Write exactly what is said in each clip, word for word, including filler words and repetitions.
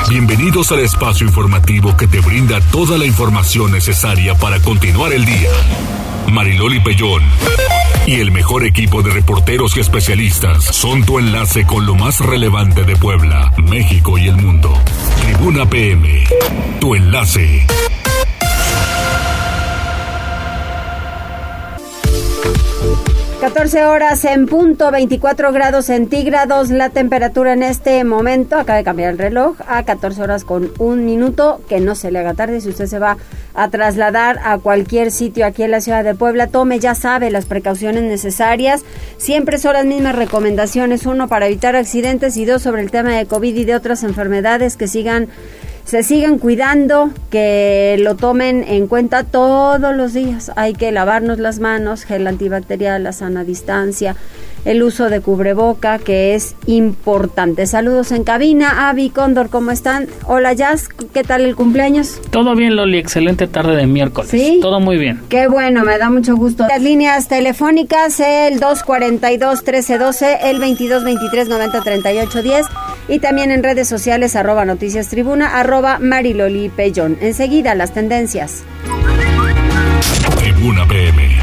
Bienvenidos al espacio informativo que te brinda toda la información necesaria para continuar el día. Mariloli Pellón y el mejor equipo de reporteros y especialistas son tu enlace con lo más relevante de Puebla, México y el mundo. Tribuna P M, tu enlace. catorce horas en punto, veinticuatro grados centígrados, la temperatura en este momento, acaba de cambiar el reloj, a catorce horas con un minuto, que no se le haga tarde si usted se va a trasladar a cualquier sitio aquí en la ciudad de Puebla, tome, ya sabe, las precauciones necesarias, siempre son las mismas recomendaciones, uno, para evitar accidentes y dos, sobre el tema de COVID y de otras enfermedades, que sigan se sigan cuidando, que lo tomen en cuenta todos los días. Hay que lavarnos las manos, gel antibacterial, la sana distancia, el uso de cubreboca, que es importante. Saludos en cabina. Avi, Cóndor, ¿cómo están? Hola, Jazz, ¿qué tal el cumpleaños? Todo bien, Loli, excelente tarde de miércoles. ¿Sí? Todo muy bien. Qué bueno, me da mucho gusto. Las líneas telefónicas, el dos cuarenta y dos, trece doce, el veintidós veintitrés, noventa, treinta y ocho, diez, y también en redes sociales, arroba Noticias Tribuna, arroba Mariloli Pellón. Enseguida, las tendencias. Tribuna P M.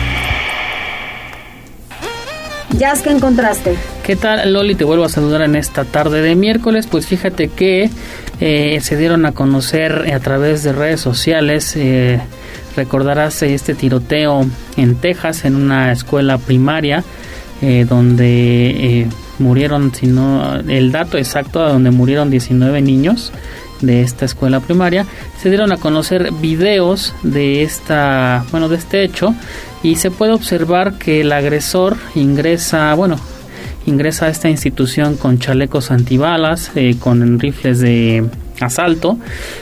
Jazz, ¿qué encontraste? ¿Qué tal, Loli? Te vuelvo a saludar en esta tarde de miércoles. Pues fíjate que eh, se dieron a conocer a través de redes sociales, eh, recordarás este tiroteo en Texas, en una escuela primaria, eh, donde eh, murieron, si no, el dato exacto, donde murieron diecinueve niños de esta escuela primaria. Se dieron a conocer videos de esta, bueno, de este hecho, y se puede observar que el agresor ingresa, bueno, ingresa a esta institución con chalecos antibalas, eh, con rifles de asalto,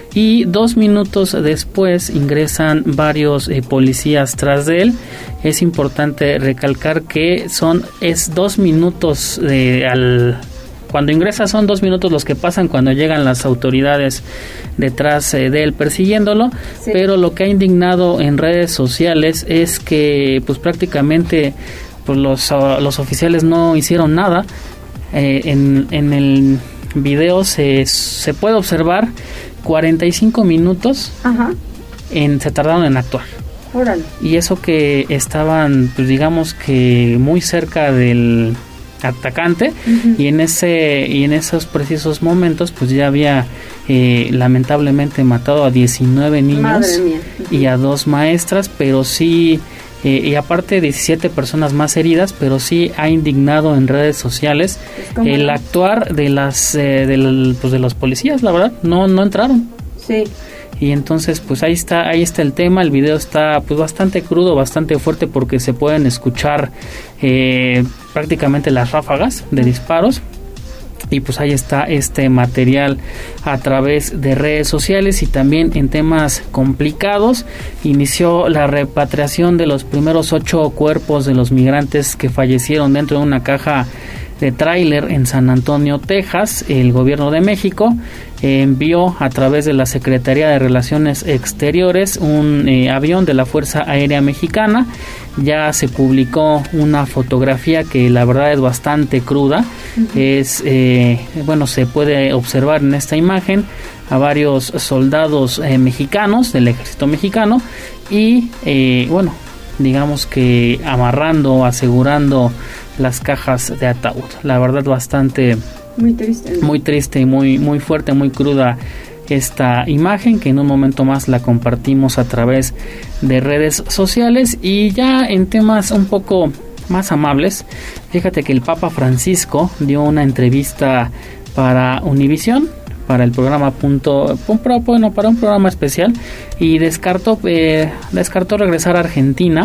y dos minutos después ingresan varios eh, policías tras de él. Es importante recalcar que son es dos minutos de al Cuando ingresa son dos minutos los que pasan cuando llegan las autoridades detrás eh, de él persiguiéndolo, sí. Pero lo que ha indignado en redes sociales es que pues prácticamente pues los, uh, los oficiales no hicieron nada. Eh, en, en el video se, se puede observar cuarenta y cinco minutos. Ajá. En, se tardaron en actuar. Órale. Y eso que estaban, pues digamos que muy cerca del atacante, uh-huh. y en ese y en esos precisos momentos pues ya había eh, lamentablemente matado a diecinueve niños uh-huh. y a dos maestras, pero sí eh, y aparte diecisiete personas más heridas, pero sí ha indignado en redes sociales el no? actuar de las eh, de, la, pues de los policías. La verdad no no entraron. Sí. Y entonces pues ahí está ahí está el tema. El video está pues bastante crudo, bastante fuerte, porque se pueden escuchar eh, prácticamente las ráfagas de disparos. Y pues ahí está este material a través de redes sociales. Y también en temas complicados, inició la repatriación de los primeros ocho cuerpos de los migrantes que fallecieron dentro de una caja de tráiler en San Antonio, Texas. El gobierno de México eh, envió a través de la Secretaría de Relaciones Exteriores un eh, avión de la Fuerza Aérea Mexicana. Ya se publicó una fotografía que la verdad es bastante cruda. Uh-huh. Es eh, bueno, se puede observar en esta imagen a varios soldados eh, mexicanos del ejército mexicano y eh, bueno, digamos que amarrando, asegurando las cajas de ataúd. La verdad bastante muy triste, ¿no? muy triste y muy muy fuerte, muy cruda esta imagen, que en un momento más la compartimos a través de redes sociales. Y ya en temas un poco más amables, fíjate que el Papa Francisco dio una entrevista para Univisión, para el programa punto, bueno, para un programa especial, y descartó eh, descartó regresar a Argentina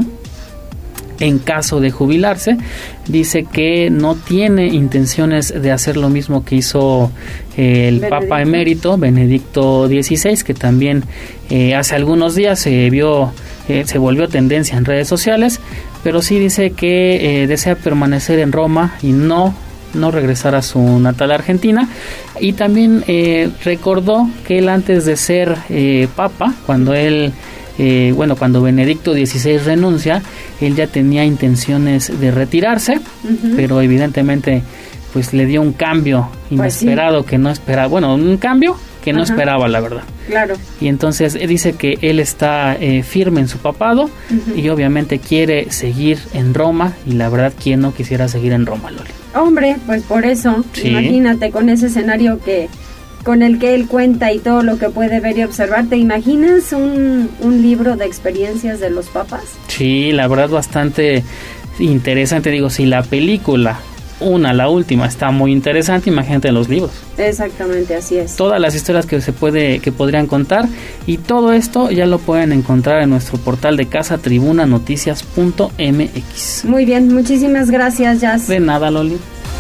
en caso de jubilarse. Dice que no tiene intenciones de hacer lo mismo que hizo eh, el Benedicto. Papa emérito Benedicto dieciséis, que también eh, hace algunos días se vio eh, se volvió tendencia en redes sociales, pero sí dice que eh, desea permanecer en Roma y no no regresar a su natal Argentina. Y también eh, recordó que él, antes de ser eh, papa, cuando él Eh, bueno, cuando Benedicto dieciséis renuncia, él ya tenía intenciones de retirarse, uh-huh. pero evidentemente pues le dio un cambio inesperado, pues sí. que no esperaba, bueno, un cambio que no Ajá. esperaba, la verdad. Claro. Y entonces eh, dice que él está eh, firme en su papado uh-huh. y obviamente quiere seguir en Roma, y la verdad, ¿quién no quisiera seguir en Roma, Loli? Hombre, pues por eso, sí. Imagínate con ese escenario que con el que él cuenta y todo lo que puede ver y observar. ¿Te imaginas un, un libro de experiencias de los papas? Sí, la verdad bastante interesante. Digo, si la película, una, la última, está muy interesante, imagínate los libros. Exactamente, así es. Todas las historias que se puede, que podrían contar, y todo esto ya lo pueden encontrar en nuestro portal de casa, tribuna noticias punto m x. Muy bien, muchísimas gracias, Jazz. De nada, Loli.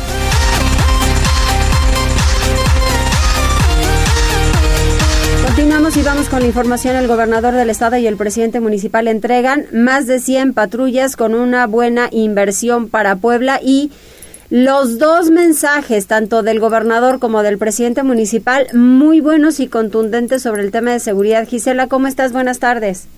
Continuamos y vamos con la información. El gobernador del estado y el presidente municipal entregan más de cien patrullas con una buena inversión para Puebla, y los dos mensajes, tanto del gobernador como del presidente municipal, muy buenos y contundentes sobre el tema de seguridad. Gisela, ¿cómo estás? Buenas tardes.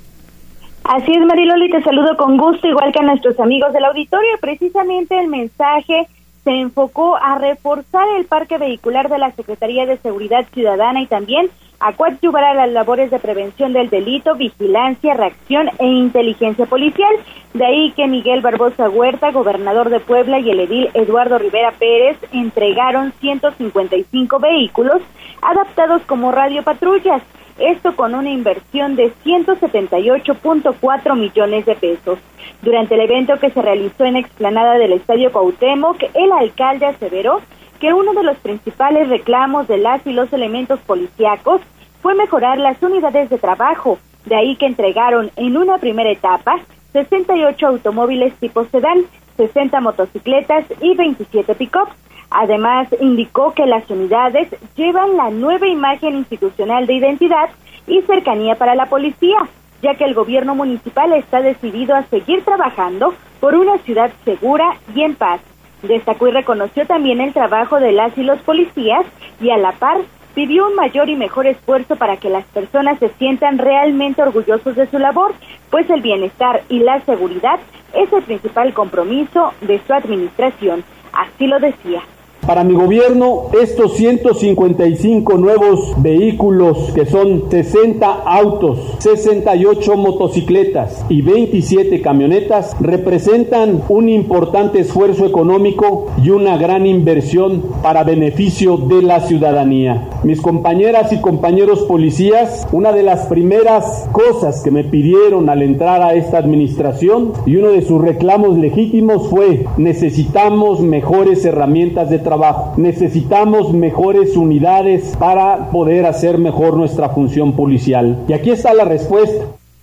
Así es, Mariloli, te saludo con gusto, igual que a nuestros amigos del auditorio. Precisamente el mensaje se enfocó a reforzar el parque vehicular de la Secretaría de Seguridad Ciudadana y también a coadyuvar a las labores de prevención del delito, vigilancia, reacción e inteligencia policial. De ahí que Miguel Barbosa Huerta, gobernador de Puebla, y el edil Eduardo Rivera Pérez entregaron ciento cincuenta y cinco vehículos adaptados como radiopatrullas. Esto con una inversión de ciento setenta y ocho punto cuatro millones de pesos. Durante el evento que se realizó en explanada del Estadio Cuauhtémoc, el alcalde aseveró que uno de los principales reclamos de las y los elementos policíacos fue mejorar las unidades de trabajo. De ahí que entregaron en una primera etapa sesenta y ocho automóviles tipo sedán, sesenta motocicletas y veintisiete pick-ups. Además, indicó que las unidades llevan la nueva imagen institucional de identidad y cercanía para la policía, ya que el gobierno municipal está decidido a seguir trabajando por una ciudad segura y en paz. Destacó y reconoció también el trabajo de las y los policías, y a la par pidió un mayor y mejor esfuerzo para que las personas se sientan realmente orgullosos de su labor, pues el bienestar y la seguridad es el principal compromiso de su administración. Así lo decía. Para mi gobierno, estos ciento cincuenta y cinco nuevos vehículos, que son sesenta autos, sesenta y ocho motocicletas y veintisiete camionetas, representan un importante esfuerzo económico y una gran inversión para beneficio de la ciudadanía. Mis compañeras y compañeros policías, una de las primeras cosas que me pidieron al entrar a esta administración, y uno de sus reclamos legítimos, fue: necesitamos mejores herramientas de trabajo. Necesitamos mejores unidades para poder hacer mejor nuestra función policial. Y aquí está la respuesta.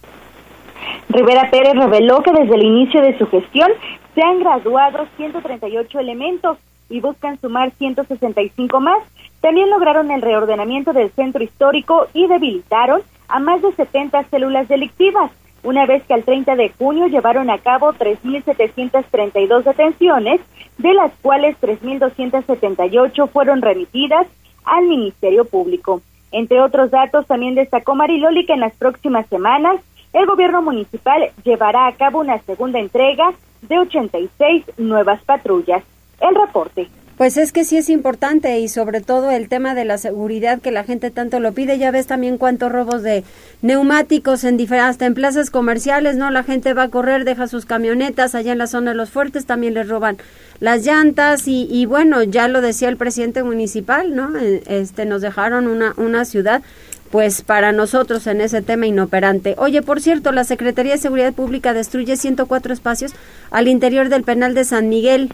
Rivera Pérez reveló que desde el inicio de su gestión se han graduado ciento treinta y ocho elementos y buscan sumar ciento sesenta y cinco más. También lograron el reordenamiento del centro histórico y debilitaron a más de setenta células delictivas, una vez que al treinta de junio llevaron a cabo tres mil setecientas treinta y dos detenciones, de las cuales tres mil doscientas setenta y ocho fueron remitidas al Ministerio Público. Entre otros datos, también destacó Mariloli que en las próximas semanas el gobierno municipal llevará a cabo una segunda entrega de ochenta y seis nuevas patrullas. El reporte. Pues es que sí es importante, y sobre todo el tema de la seguridad, que la gente tanto lo pide. Ya ves también cuántos robos de neumáticos en hasta en plazas comerciales, ¿no? La gente va a correr, deja sus camionetas allá en la zona de los fuertes, también les roban las llantas y, y bueno, ya lo decía el presidente municipal, ¿no? Este, nos dejaron una, una ciudad, pues para nosotros en ese tema inoperante. Oye, por cierto, la Secretaría de Seguridad Pública destruye ciento cuatro espacios al interior del penal de San Miguel.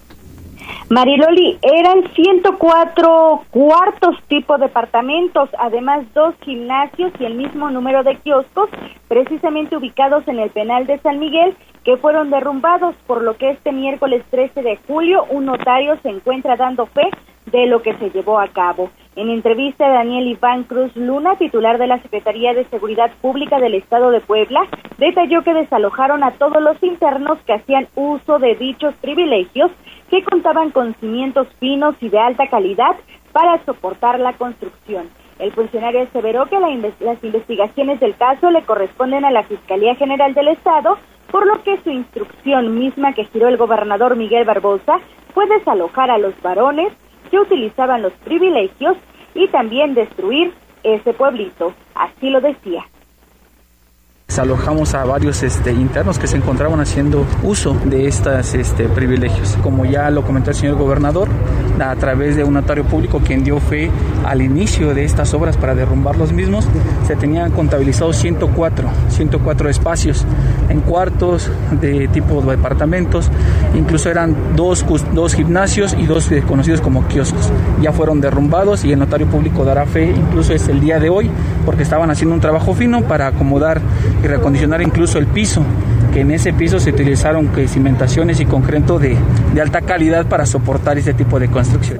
Mariloli, eran ciento cuatro cuartos tipo departamentos, además dos gimnasios y el mismo número de kioscos, precisamente ubicados en el penal de San Miguel, que fueron derrumbados, por lo que este miércoles trece de julio un notario se encuentra dando fe de lo que se llevó a cabo. En entrevista, Daniel Iván Cruz Luna, titular de la Secretaría de Seguridad Pública del Estado de Puebla, detalló que desalojaron a todos los internos que hacían uso de dichos privilegios, que contaban con cimientos finos y de alta calidad para soportar la construcción. El funcionario aseveró que la inve- las investigaciones del caso le corresponden a la Fiscalía General del Estado, por lo que su instrucción misma que giró el gobernador Miguel Barbosa fue desalojar a los varones que utilizaban los privilegios y también destruir ese pueblito. Así lo decía. Alojamos a varios este, internos que se encontraban haciendo uso de estos este, privilegios. Como ya lo comentó el señor gobernador, a través de un notario público quien dio fe al inicio de estas obras para derrumbar los mismos, se tenían contabilizados ciento cuatro espacios en cuartos de tipo de departamentos, incluso eran dos, dos gimnasios y dos eh, conocidos como kioscos. Ya fueron derrumbados y el notario público dará fe, incluso es el día de hoy, porque estaban haciendo un trabajo fino para acomodar y reacondicionar incluso el piso, que en ese piso se utilizaron que cimentaciones y concreto de, de alta calidad para soportar ese tipo de construcción.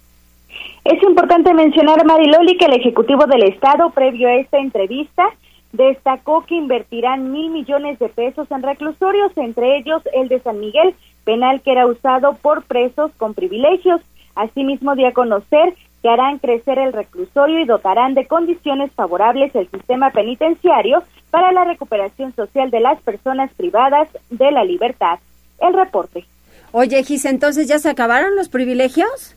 Es importante mencionar, Mariloli, que el Ejecutivo del Estado, previo a esta entrevista, destacó que invertirán mil millones de pesos en reclusorios, entre ellos el de San Miguel, penal que era usado por presos con privilegios. Asimismo, dio a conocer que harán crecer el reclusorio y dotarán de condiciones favorables el sistema penitenciario para la recuperación social de las personas privadas de la libertad. El reporte. Oye, Gis, ¿entonces ya se acabaron los privilegios?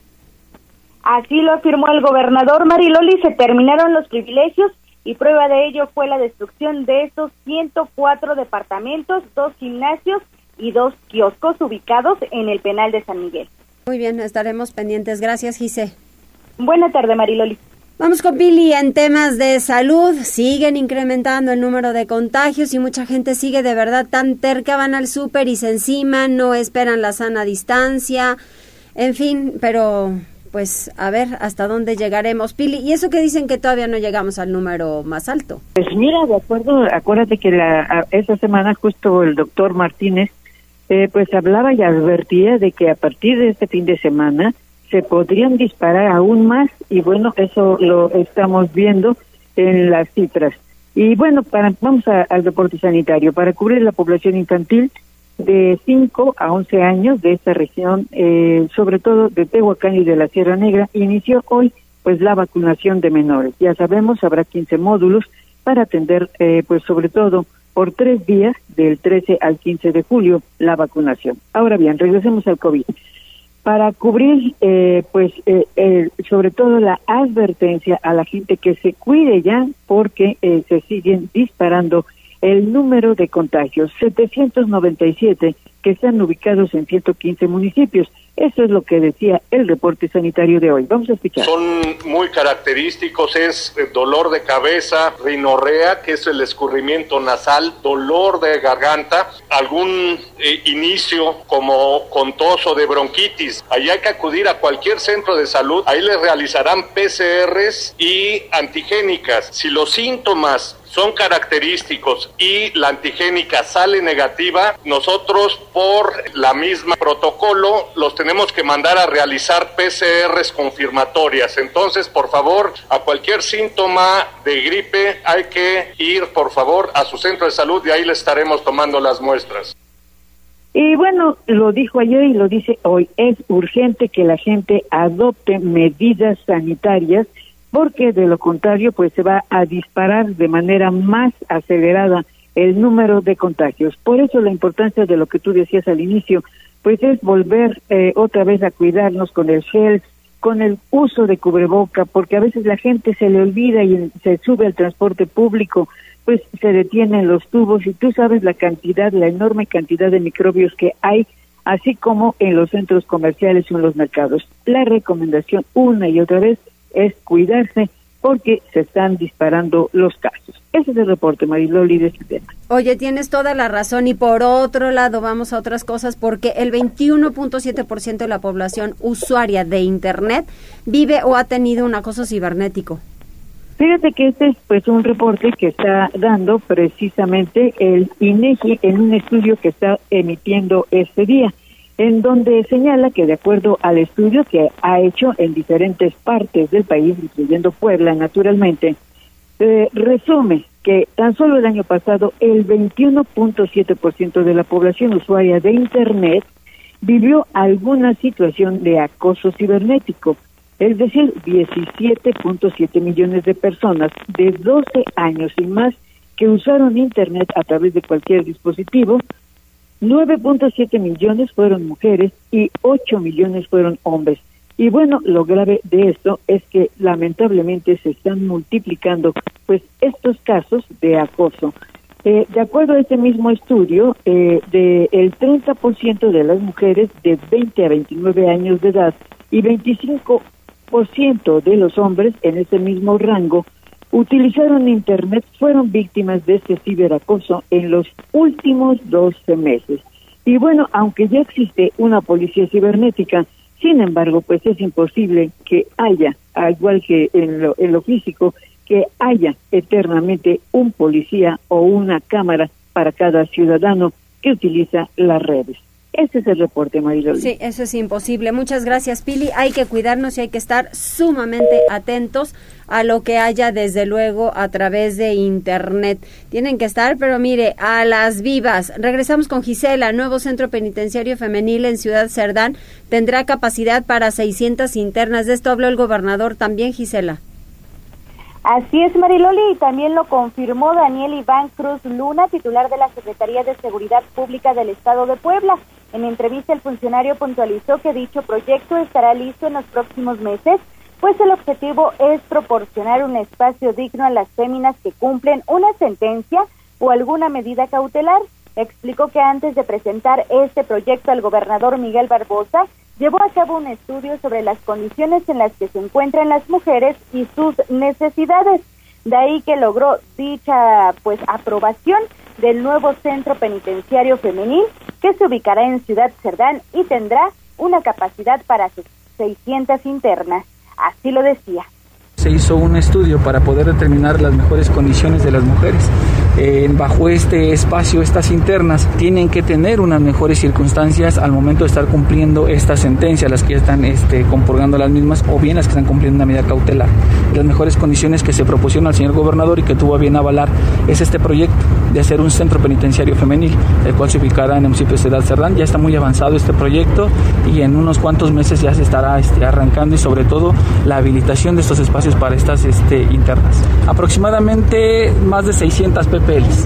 Así lo afirmó el gobernador Mariloli, se terminaron los privilegios y prueba de ello fue la destrucción de esos ciento cuatro departamentos, dos gimnasios y dos kioscos ubicados en el penal de San Miguel. Muy bien, estaremos pendientes. Gracias, Gise. Buena tarde, Mariloli. Vamos con Pili. En temas de salud, siguen incrementando el número de contagios y mucha gente sigue de verdad tan terca, van al súper y se enciman, no esperan la sana distancia, en fin, pero pues a ver hasta dónde llegaremos, Pili. Y eso que dicen que todavía no llegamos al número más alto. Pues mira, de acuerdo, acuérdate que la esta semana justo el doctor Martínez eh, pues hablaba y advertía de que a partir de este fin de semana se podrían disparar aún más y bueno, eso lo estamos viendo en las cifras. Y bueno, para vamos a, al reporte sanitario. Para cubrir la población infantil de cinco a once años de esta región, eh, sobre todo de Tehuacán y de la Sierra Negra, inició hoy pues la vacunación de menores. Ya sabemos, habrá quince módulos para atender eh, pues sobre todo por tres días, del trece al quince de julio, la vacunación. Ahora bien, regresemos al COVID. Para cubrir, eh, pues, eh, eh, sobre todo la advertencia a la gente que se cuide ya, porque eh, se siguen disparando el número de contagios, setecientos noventa y siete que están ubicados en ciento quince municipios. Eso es lo que decía el reporte sanitario de hoy. Vamos a escuchar. Son muy característicos, es dolor de cabeza, rinorrea, que es el escurrimiento nasal, dolor de garganta, algún eh, inicio como con tos o de bronquitis. Ahí hay que acudir a cualquier centro de salud, ahí les realizarán P C Rs y antigénicas. Si los síntomas son característicos y la antigénica sale negativa, nosotros por la misma protocolo los tenemos que mandar a realizar P C Rs confirmatorias. Entonces, por favor, a cualquier síntoma de gripe hay que ir, por favor, a su centro de salud y ahí le estaremos tomando las muestras. Y bueno, lo dijo ayer y lo dice hoy, es urgente que la gente adopte medidas sanitarias porque de lo contrario pues se va a disparar de manera más acelerada el número de contagios. Por eso la importancia de lo que tú decías al inicio, pues es volver eh, otra vez a cuidarnos con el gel, con el uso de cubreboca, porque a veces la gente se le olvida y se sube al transporte público, pues se detienen los tubos y tú sabes la cantidad, la enorme cantidad de microbios que hay, así como en los centros comerciales o en los mercados. La recomendación una y otra vez es cuidarse porque se están disparando los casos. Ese es el reporte, Mariloli, de este tema. Oye, tienes toda la razón y por otro lado vamos a otras cosas porque el veintiuno punto siete por ciento de la población usuaria de Internet vive o ha tenido un acoso cibernético. Fíjate que este es pues un reporte que está dando precisamente el INEGI en un estudio que está emitiendo este día, en donde señala que de acuerdo al estudio que ha hecho en diferentes partes del país, incluyendo Puebla naturalmente, eh, resume que tan solo el año pasado el veintiuno punto siete por ciento de la población usuaria de Internet vivió alguna situación de acoso cibernético, es decir, diecisiete punto siete millones de personas de doce años y más que usaron Internet a través de cualquier dispositivo. Nueve punto siete millones fueron mujeres y ocho millones fueron hombres. Y bueno, lo grave de esto es que lamentablemente se están multiplicando pues estos casos de acoso. Eh, de acuerdo a este mismo estudio, eh, de el treinta por ciento de las mujeres de veinte a veintinueve años de edad y veinticinco por ciento de los hombres en ese mismo rango utilizaron Internet, fueron víctimas de este ciberacoso en los últimos doce meses. Y bueno, aunque ya existe una policía cibernética, sin embargo, pues es imposible que haya, al igual que en lo, en lo físico, que haya eternamente un policía o una cámara para cada ciudadano que utiliza las redes. Ese es el reporte, Mariloli. Sí, eso es imposible. Muchas gracias, Pili. Hay que cuidarnos y hay que estar sumamente atentos a lo que haya, desde luego, a través de Internet. Tienen que estar, pero mire, a las vivas. Regresamos con Gisela. Nuevo centro penitenciario femenil en Ciudad Cerdán tendrá capacidad para seiscientas internas. De esto habló el gobernador también, Gisela. Así es, Mariloli, y también lo confirmó Daniel Iván Cruz Luna, titular de la Secretaría de Seguridad Pública del Estado de Puebla. En entrevista, el funcionario puntualizó que dicho proyecto estará listo en los próximos meses, pues el objetivo es proporcionar un espacio digno a las féminas que cumplen una sentencia o alguna medida cautelar. Explicó que antes de presentar este proyecto al gobernador Miguel Barbosa, llevó a cabo un estudio sobre las condiciones en las que se encuentran las mujeres y sus necesidades. De ahí que logró dicha pues aprobación del nuevo centro penitenciario femenil que se ubicará en Ciudad Cerdán y tendrá una capacidad para seiscientas internas. Así lo decía. Se hizo un estudio para poder determinar las mejores condiciones de las mujeres. Eh, bajo este espacio, estas internas tienen que tener unas mejores circunstancias al momento de estar cumpliendo esta sentencia, las que están este, compurgando las mismas o bien las que están cumpliendo una medida cautelar. Las mejores condiciones que se propusieron al señor gobernador y que tuvo a bien avalar es este proyecto de hacer un centro penitenciario femenil, el cual se ubicará en el municipio de Ciudad Cerdán. Ya está muy avanzado este proyecto y en unos cuantos meses ya se estará este, arrancando, y sobre todo la habilitación de estos espacios para estas este, internas. Aproximadamente más de seiscientas P P Ls.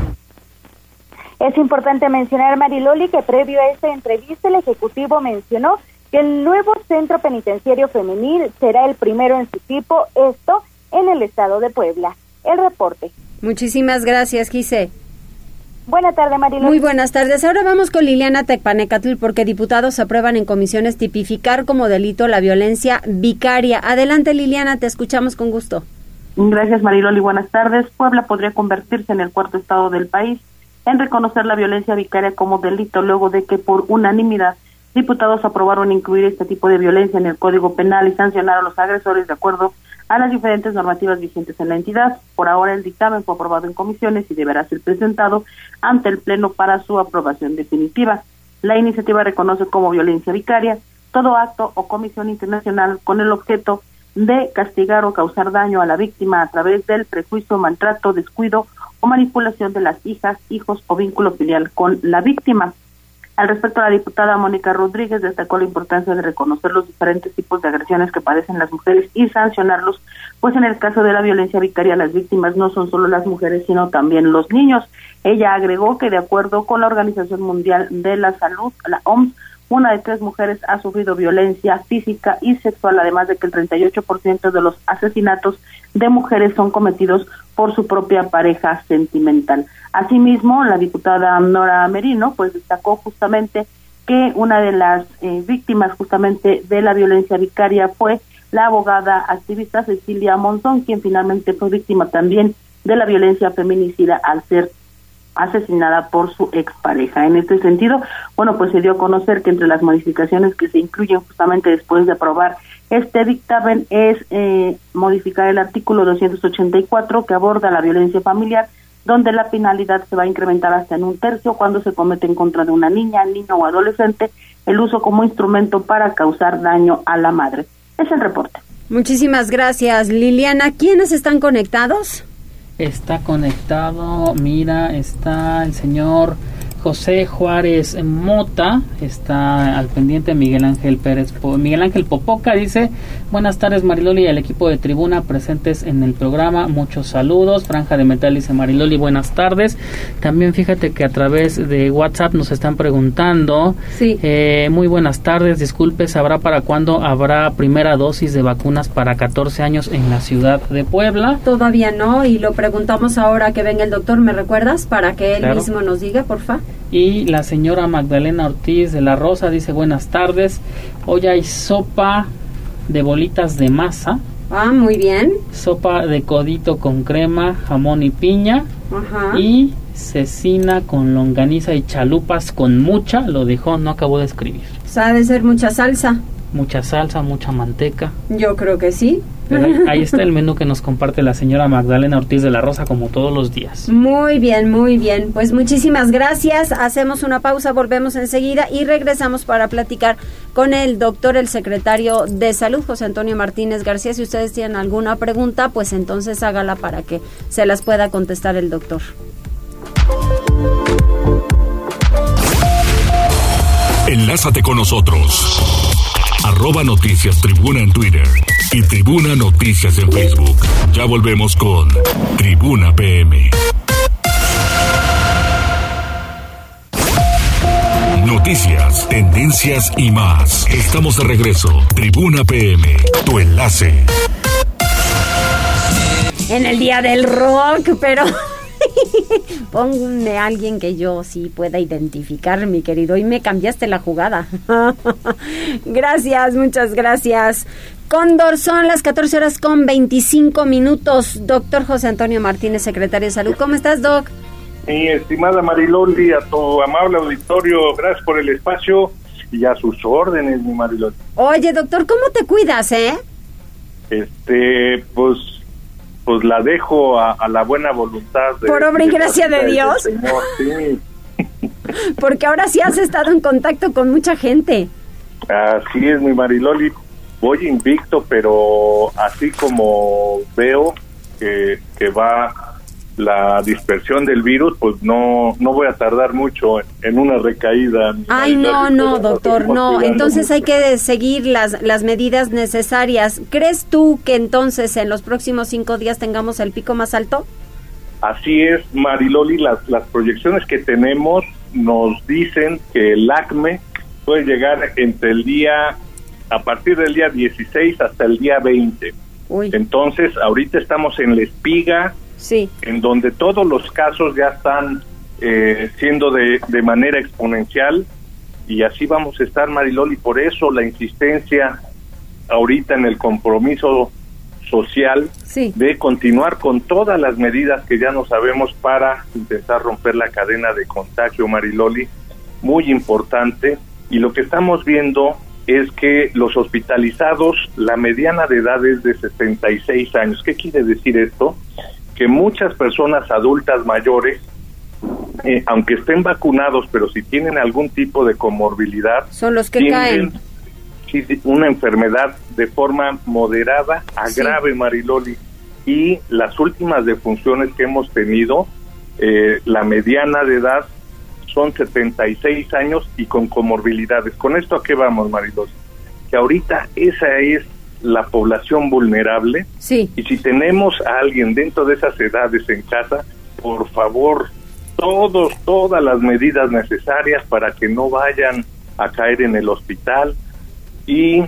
Es importante mencionar, Mariloli, que previo a esta entrevista el Ejecutivo mencionó que el nuevo centro penitenciario femenil será el primero en su tipo, esto en el estado de Puebla. El reporte. Muchísimas gracias, Gise. Buenas tardes, Mariloli. Muy buenas tardes. Ahora vamos con Liliana Tecpanecatl, porque diputados aprueban en comisiones tipificar como delito la violencia vicaria. Adelante, Liliana, te escuchamos con gusto. Gracias, Mariloli. Buenas tardes. Puebla podría convertirse en el cuarto estado del país en reconocer la violencia vicaria como delito, luego de que por unanimidad diputados aprobaron incluir este tipo de violencia en el Código Penal y sancionar a los agresores de acuerdo a las diferentes normativas vigentes en la entidad. Por ahora el dictamen fue aprobado en comisiones y deberá ser presentado ante el Pleno para su aprobación definitiva. La iniciativa reconoce como violencia vicaria todo acto o comisión internacional con el objeto de castigar o causar daño a la víctima a través del prejuicio, maltrato, descuido o manipulación de las hijas, hijos o vínculo filial con la víctima. Al respecto, la diputada Mónica Rodríguez destacó la importancia de reconocer los diferentes tipos de agresiones que padecen las mujeres y sancionarlos, pues en el caso de la violencia vicaria las víctimas no son solo las mujeres, sino también los niños. Ella agregó que de acuerdo con la Organización Mundial de la Salud, la O M S, una de tres mujeres ha sufrido violencia física y sexual, además de que el treinta y ocho por ciento de los asesinatos de mujeres son cometidos por su propia pareja sentimental. Asimismo, la diputada Nora Merino pues destacó justamente que una de las eh, víctimas justamente de la violencia vicaria fue la abogada activista Cecilia Monzón, quien finalmente fue víctima también de la violencia feminicida al ser asesinada por su expareja. En este sentido, bueno, pues se dio a conocer que entre las modificaciones que se incluyen justamente después de aprobar este dictamen es eh, modificar el artículo doscientos ochenta y cuatro que aborda la violencia familiar, donde la penalidad se va a incrementar hasta en un tercio cuando se comete en contra de una niña, niño o adolescente el uso como instrumento para causar daño a la madre. Es el reporte. Muchísimas gracias, Liliana. ¿Quiénes están conectados? Está conectado, mira, está el señor José Juárez Mota está al pendiente. Miguel Ángel Pérez, Miguel Ángel Popoca dice: buenas tardes Mariloli y al equipo de Tribuna presentes en el programa, muchos saludos. Franja de Metal dice: Mariloli, buenas tardes. También fíjate que a través de WhatsApp nos están preguntando, sí. eh, muy buenas tardes, disculpe, ¿sabrá para cuándo habrá primera dosis de vacunas para catorce años en la ciudad de Puebla? Todavía no, y lo preguntamos ahora que venga el doctor, ¿me recuerdas? Para que él Claro. mismo nos diga, porfa. Y la señora Magdalena Ortiz de la Rosa dice: buenas tardes, hoy hay sopa de bolitas de masa. Ah, muy bien. Sopa de codito con crema, jamón y piña. Ajá. Y cecina con longaniza y chalupas con mucha, lo dejó, no acabó de escribir. O sea, debe ser mucha salsa. Mucha salsa, mucha manteca. Yo creo que sí. Pero ahí, ahí está el menú que nos comparte la señora Magdalena Ortiz de la Rosa, como todos los días. Muy bien, muy bien. Pues muchísimas gracias. Hacemos una pausa, volvemos enseguida y regresamos para platicar con el doctor, el secretario de Salud, José Antonio Martínez García. Si ustedes tienen alguna pregunta, pues entonces hágala para que se las pueda contestar el doctor. Enlázate con nosotros. Arroba Noticias Tribuna en Twitter y Tribuna Noticias en Facebook. Ya volvemos con Tribuna P M. Noticias, tendencias y más. Estamos de regreso. Tribuna P M, tu enlace. En el día del rock, pero pónganme a alguien que yo sí pueda identificar, mi querido. Y me cambiaste la jugada. Gracias, muchas gracias. Cóndor, son las catorce horas con veinticinco minutos. Doctor José Antonio Martínez, secretario de Salud. ¿Cómo estás, Doc? Mi estimada Mariloli, a tu amable auditorio, gracias por el espacio y a sus órdenes, mi Mariloli. Oye, doctor, ¿cómo te cuidas, eh? Este, pues... pues la dejo a, a la buena voluntad de, por obra y gracia de, de Dios, Señor, sí. Porque ahora sí has estado en contacto con mucha gente. Así es, mi Mariloli, voy invicto, pero así como veo que, que va la dispersión del virus, pues no no voy a tardar mucho en, en una recaída. Ay, no, no, doctor, no, entonces hay que seguir las, las medidas necesarias. ¿Crees tú que entonces en los próximos cinco días tengamos el pico más alto? Así es, Mariloli, las, las proyecciones que tenemos nos dicen que el ACME puede llegar entre el día, a partir del día dieciséis hasta el día veinte. Uy. Entonces, ahorita estamos en la espiga, sí, en donde todos los casos ya están eh, siendo de, de manera exponencial, y así vamos a estar, Mariloli. Por eso la insistencia ahorita en el compromiso social, sí, de continuar con todas las medidas que ya no sabemos para intentar romper la cadena de contagio, Mariloli, muy importante. Y lo que estamos viendo es que los hospitalizados, la mediana de edad es de sesenta y seis años. ¿Qué quiere decir esto? Que muchas personas adultas mayores, eh, aunque estén vacunados, pero si tienen algún tipo de comorbilidad, son los que caen. Sí, una enfermedad de forma moderada a sí, grave, Mariloli. Y las últimas defunciones que hemos tenido, eh, la mediana de edad son setenta y seis años y con comorbilidades. ¿Con esto a qué vamos, Mariloli? Que ahorita esa es la población vulnerable, sí, y si tenemos a alguien dentro de esas edades en casa, por favor, todos, todas las medidas necesarias para que no vayan a caer en el hospital, y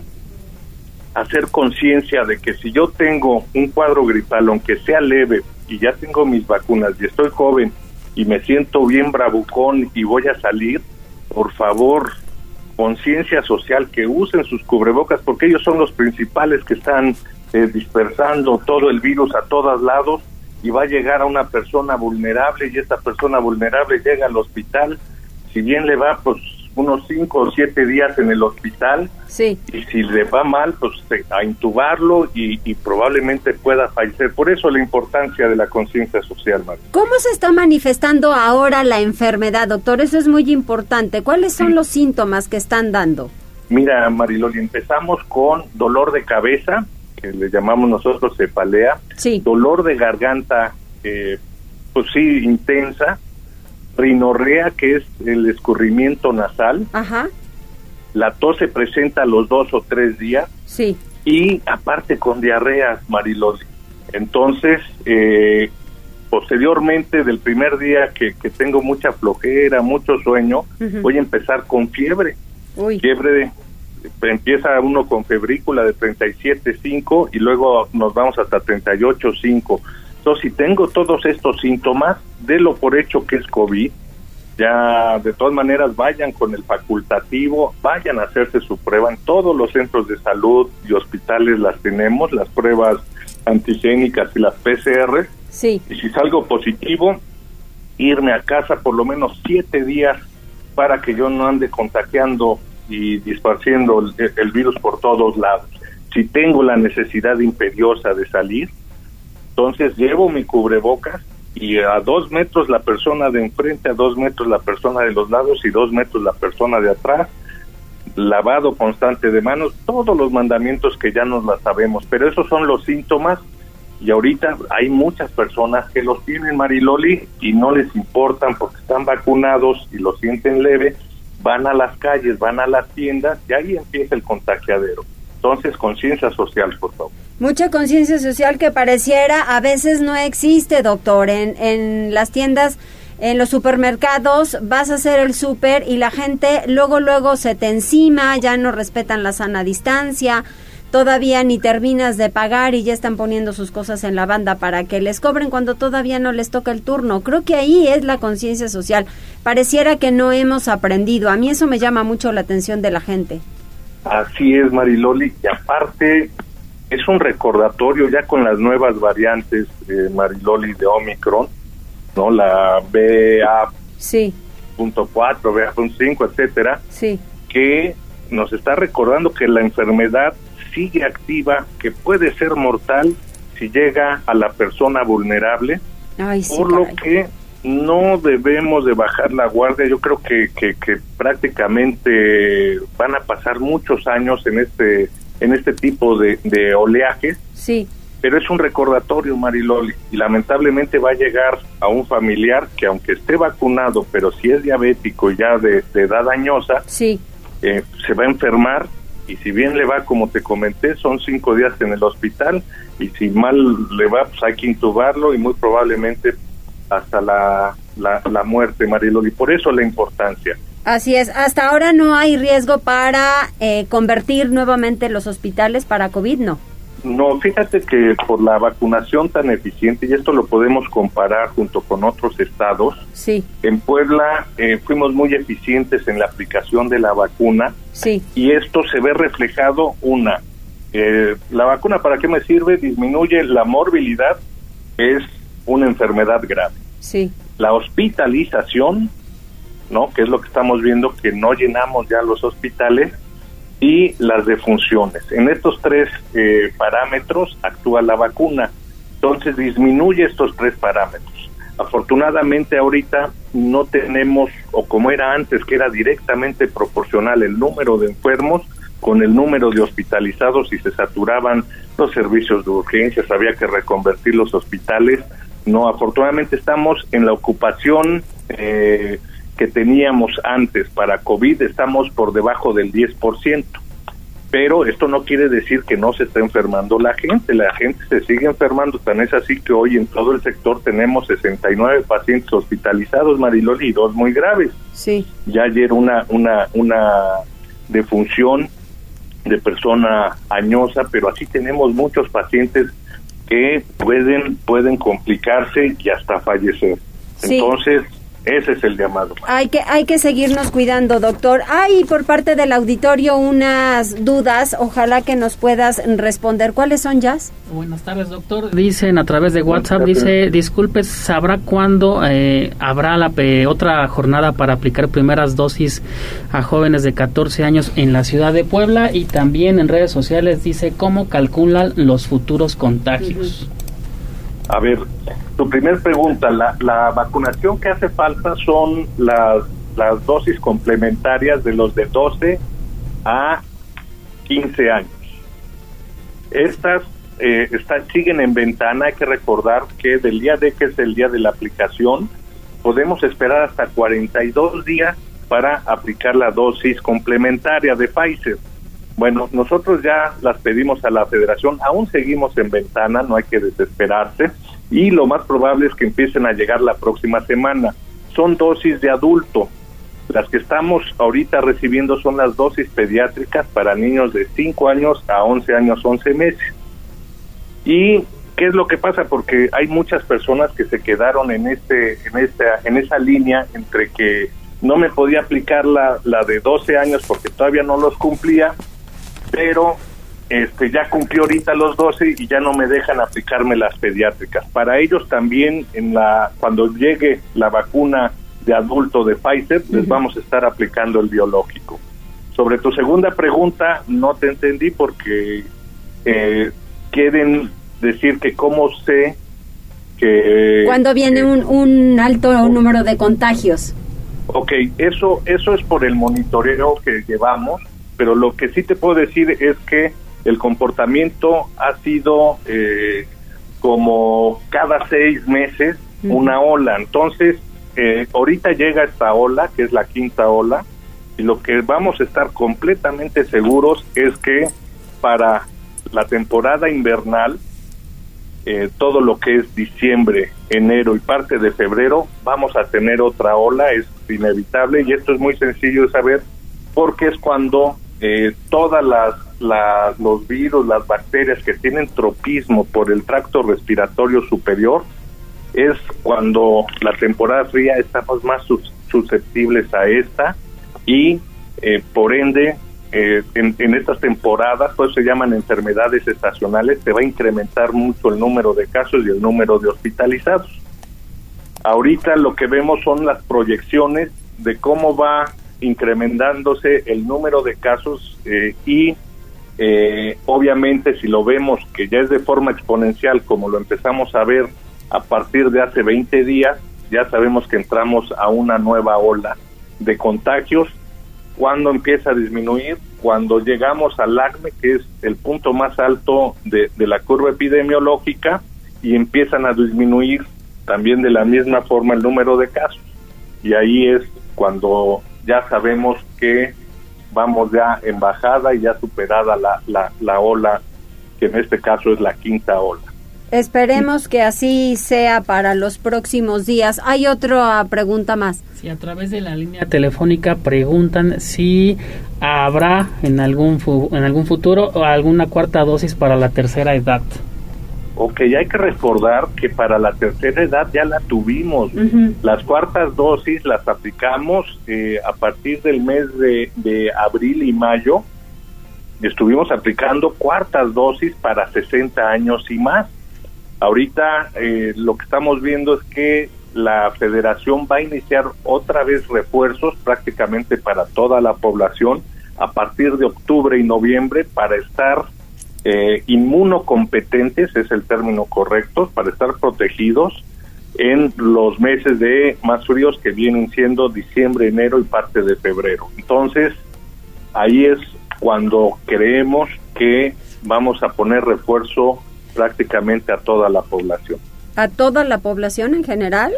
hacer conciencia de que si yo tengo un cuadro gripal, aunque sea leve, y ya tengo mis vacunas, y estoy joven, y me siento bien bravucón y voy a salir, por favor, conciencia social, que usen sus cubrebocas, porque ellos son los principales que están eh, dispersando todo el virus a todos lados, y va a llegar a una persona vulnerable, y esta persona vulnerable llega al hospital, si bien le va pues unos cinco o siete días en el hospital, sí, y si le va mal, pues a intubarlo y, y probablemente pueda fallecer. Por eso la importancia de la conciencia social, María. ¿Cómo se está manifestando ahora la enfermedad, doctor? Eso es muy importante. ¿Cuáles son sí, los síntomas que están dando? Mira, Mariloli, empezamos con dolor de cabeza, que le llamamos nosotros cefalea, sí, dolor de garganta, eh, pues sí, intensa, rinorrea, que es el escurrimiento nasal. Ajá. La tos se presenta a los dos o tres días. Sí. Y aparte con diarrea, Mariloli. Entonces, eh, posteriormente del primer día que, que tengo mucha flojera, mucho sueño, uh-huh. voy a empezar con fiebre. Uy. Fiebre de, empieza uno con febrícula de treinta y siete punto cinco y luego nos vamos hasta treinta y ocho punto cinco. Entonces, si tengo todos estos síntomas, délo por hecho que es COVID. Ya, de todas maneras, vayan con el facultativo, vayan a hacerse su prueba. En todos los centros de salud y hospitales las tenemos, las pruebas antigénicas y las P C R. Sí. Y si salgo positivo, irme a casa por lo menos siete días para que yo no ande contagiando y disparciendo el, el virus por todos lados. Si tengo la necesidad imperiosa de salir, entonces llevo mi cubrebocas, y a dos metros la persona de enfrente, a dos metros la persona de los lados y dos metros la persona de atrás, lavado constante de manos, todos los mandamientos que ya nos las sabemos, pero esos son los síntomas y ahorita hay muchas personas que los tienen, Mariloli, y no les importan porque están vacunados y lo sienten leve, van a las calles, van a las tiendas y ahí empieza el contagiadero. Entonces, conciencia social, por favor. Mucha conciencia social que pareciera a veces no existe, doctor. En, en las tiendas, en los supermercados, vas a hacer el súper y la gente luego, luego se te encima, ya no respetan la sana distancia, todavía ni terminas de pagar y ya están poniendo sus cosas en la banda para que les cobren cuando todavía no les toca el turno. Creo que ahí es la conciencia social. Pareciera que no hemos aprendido. A mí eso me llama mucho la atención de la gente. Así es, Mariloli, y aparte es un recordatorio ya con las nuevas variantes, eh, Mariloli, de Omicron, ¿no? La B A punto cuatro, B A punto cinco, etcétera, sí. que nos está recordando que la enfermedad sigue activa, que puede ser mortal si llega a la persona vulnerable, Ay, sí, por caray. lo que no debemos de bajar la guardia. Yo creo que, que, que prácticamente van a pasar muchos años en este en este tipo de, de oleajes, sí. pero es un recordatorio, Mariloli, y lamentablemente va a llegar a un familiar que aunque esté vacunado, pero si es diabético ya de, de edad dañosa, sí. eh, se va a enfermar, y si bien le va, como te comenté, son cinco días en el hospital, y si mal le va, pues hay que intubarlo y muy probablemente hasta la, la, la muerte, Mariloli. Por eso la importancia. Así es. Hasta ahora no hay riesgo para eh, convertir nuevamente los hospitales para COVID, ¿no? No, fíjate que por la vacunación tan eficiente, y esto lo podemos comparar junto con otros estados, sí. En Puebla eh, fuimos muy eficientes en la aplicación de la vacuna, sí. Y esto se ve reflejado, una, eh, la vacuna, ¿para qué me sirve? Disminuye la morbilidad, es una enfermedad grave. Sí. La hospitalización, ¿no? Que es lo que estamos viendo, que no llenamos ya los hospitales, y las defunciones. En estos tres eh, parámetros actúa la vacuna, entonces disminuye estos tres parámetros. Afortunadamente ahorita no tenemos, o como era antes, que era directamente proporcional el número de enfermos con el número de hospitalizados, y se saturaban los servicios de urgencias, había que reconvertir los hospitales. No, afortunadamente estamos en la ocupación eh, que teníamos antes para COVID, estamos por debajo del diez por ciento, pero esto no quiere decir que no se está enfermando la gente, la gente se sigue enfermando, tan es así que hoy en todo el sector tenemos sesenta y nueve pacientes hospitalizados, Mariloli, y dos muy graves. Sí. Ya ayer una, una, una defunción de persona añosa, pero así tenemos muchos pacientes que pueden, pueden complicarse y hasta fallecer. Sí. Entonces, ese es el llamado. Hay que hay que seguirnos cuidando, doctor. Hay por parte del auditorio unas dudas, ojalá que nos puedas responder. ¿Cuáles son, Jazz? Buenas tardes, doctor. Dicen a través de WhatsApp, dice, disculpe, ¿sabrá cuándo eh, habrá la eh, otra jornada para aplicar primeras dosis a jóvenes de catorce años en la ciudad de Puebla? Y también en redes sociales dice, ¿cómo calculan los futuros contagios? Uh-huh. A ver, tu primer pregunta, la, la vacunación que hace falta son las, las dosis complementarias de los de doce a quince años. Estas eh, están, siguen en ventana. Hay que recordar que del día D, que es el día de la aplicación, podemos esperar hasta cuarenta y dos días para aplicar la dosis complementaria de Pfizer. Bueno, nosotros ya las pedimos a la Federación, aún seguimos en ventana, no hay que desesperarse, y lo más probable es que empiecen a llegar la próxima semana. Son dosis de adulto. Las que estamos ahorita recibiendo son las dosis pediátricas para niños de cinco años a once años, once meses. ¿Y qué es lo que pasa? Porque hay muchas personas que se quedaron en este, en esta, en esa línea entre que no me podía aplicar la, la de doce años porque todavía no los cumplía, pero este ya cumplió ahorita los doce y ya no me dejan aplicarme las pediátricas. Para ellos también, en la cuando llegue la vacuna de adulto de Pfizer, uh-huh, les vamos a estar aplicando el biológico. Sobre tu segunda pregunta, no te entendí porque eh, quieren decir que cómo sé que... ¿Cuándo viene eh, un, un alto oh, número de contagios? Ok, eso, eso es por el monitoreo que llevamos, pero lo que sí te puedo decir es que el comportamiento ha sido eh, como cada seis meses uh-huh, una ola. Entonces, eh, ahorita llega esta ola, que es la quinta ola, y lo que vamos a estar completamente seguros es que para la temporada invernal, eh, todo lo que es diciembre, enero y parte de febrero, vamos a tener otra ola, es inevitable, y esto es muy sencillo de saber, porque es cuando eh, todas las, las los virus, las bacterias que tienen tropismo por el tracto respiratorio superior, es cuando la temporada fría estamos más sus, susceptibles a esta, y eh, por ende eh, en, en estas temporadas, pues se llaman enfermedades estacionales, se va a incrementar mucho el número de casos y el número de hospitalizados. Ahorita lo que vemos son las proyecciones de cómo va incrementándose el número de casos eh, y eh, obviamente si lo vemos que ya es de forma exponencial como lo empezamos a ver a partir de hace veinte días, ya sabemos que entramos a una nueva ola de contagios. ¿Cuándo empieza a disminuir? Cuando llegamos al ACME, que es el punto más alto de, de la curva epidemiológica, y empiezan a disminuir también de la misma forma el número de casos. Y ahí es cuando ya sabemos que vamos ya en bajada y ya superada la, la, la ola, que en este caso es la quinta ola. Esperemos que así sea para los próximos días. Hay otra pregunta más. Sí, a través de la línea telefónica preguntan si habrá en algún fu- en algún futuro alguna cuarta dosis para la tercera edad. Ok, hay que recordar que para la tercera edad ya la tuvimos. Uh-huh. Las cuartas dosis las aplicamos eh, a partir del mes de, de abril y mayo. Estuvimos aplicando cuartas dosis para sesenta años y más. Ahorita eh, lo que estamos viendo es que la Federación va a iniciar otra vez refuerzos prácticamente para toda la población a partir de octubre y noviembre para estar eh, inmunocompetentes, es el término correcto, para estar protegidos en los meses de más fríos que vienen siendo diciembre, enero y parte de febrero. Entonces, ahí es cuando creemos que vamos a poner refuerzo prácticamente a toda la población. ¿A toda la población en general?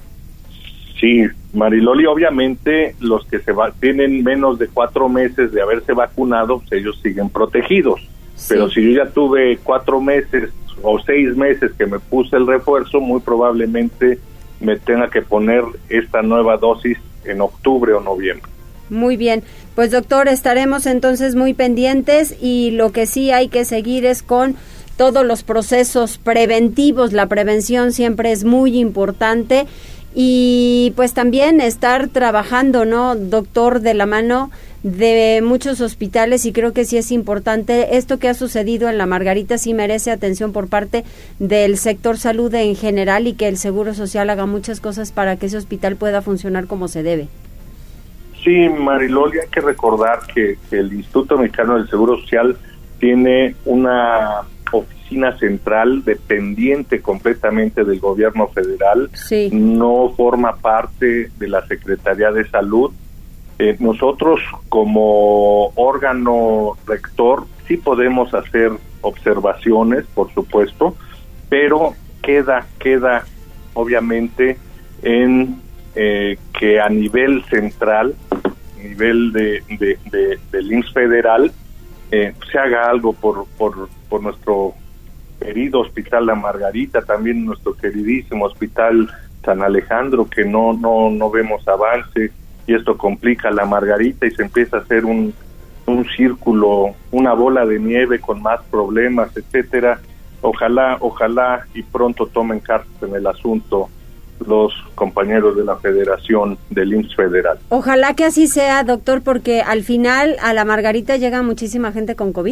Sí, Mariloli, obviamente los que se va, tienen menos de cuatro meses de haberse vacunado, pues ellos siguen protegidos. Sí. Pero si yo ya tuve cuatro meses o seis meses que me puse el refuerzo, muy probablemente me tenga que poner esta nueva dosis en octubre o noviembre. Muy bien, pues doctor, estaremos entonces muy pendientes y lo que sí hay que seguir es con todos los procesos preventivos. La prevención siempre es muy importante y pues también estar trabajando, ¿no, doctor, de la mano de muchos hospitales, y creo que sí es importante. Esto que ha sucedido en la Margarita sí merece atención por parte del sector salud en general y que el Seguro Social haga muchas cosas para que ese hospital pueda funcionar como se debe. Sí, Mariloli, hay que recordar que, que el Instituto Mexicano del Seguro Social tiene una oficina central dependiente completamente del gobierno federal, sí. No forma parte de la Secretaría de Salud. Eh, nosotros como órgano rector sí podemos hacer observaciones, por supuesto, pero queda, queda obviamente en eh, que a nivel central, a nivel de, de, de, del I M S S federal, eh, se haga algo por, por, por nuestro querido Hospital La Margarita, también nuestro queridísimo Hospital San Alejandro, que no, no, no vemos avance, y esto complica La Margarita y se empieza a hacer un, un círculo, una bola de nieve con más problemas, etcétera. Ojalá, ojalá y pronto tomen cartas en el asunto los compañeros de la Federación del I M S S Federal. Ojalá que así sea, doctor, porque al final a La Margarita llega muchísima gente con COVID.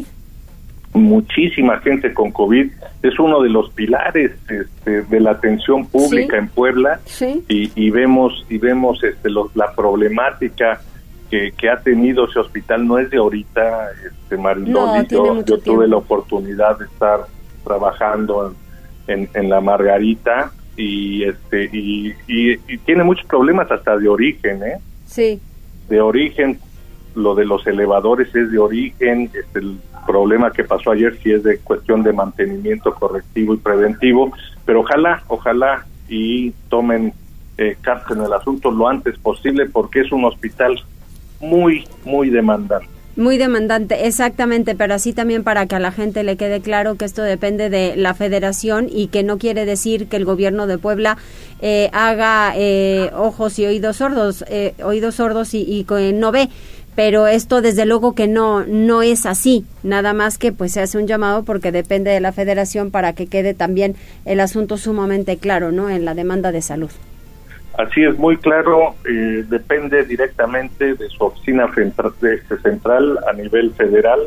Muchísima gente con COVID. Es uno de los pilares este, de la atención pública, ¿sí?, en Puebla. Sí. Y, y vemos y vemos este, los, la problemática que, que ha tenido ese hospital. No es de ahorita, este, Mariloli. No, yo, yo tuve la oportunidad de estar trabajando en, en, en La Margarita y este y, y, y tiene muchos problemas hasta de origen, ¿eh? Sí. De origen, lo de los elevadores es de origen, este, el problema que pasó ayer sí es de cuestión de mantenimiento correctivo y preventivo, pero ojalá, ojalá y tomen eh, cartas en el asunto lo antes posible, porque es un hospital muy, muy demandante. Muy demandante, exactamente, pero así también para que a la gente le quede claro que esto depende de la Federación y que no quiere decir que el gobierno de Puebla eh, haga eh, ojos y oídos sordos, eh, oídos sordos y, y que no ve, pero esto desde luego que no no es así, nada más que pues se hace un llamado porque depende de la Federación para que quede también el asunto sumamente claro, ¿no?, en la demanda de salud. Así es, muy claro, eh, depende directamente de su oficina central, central a nivel federal,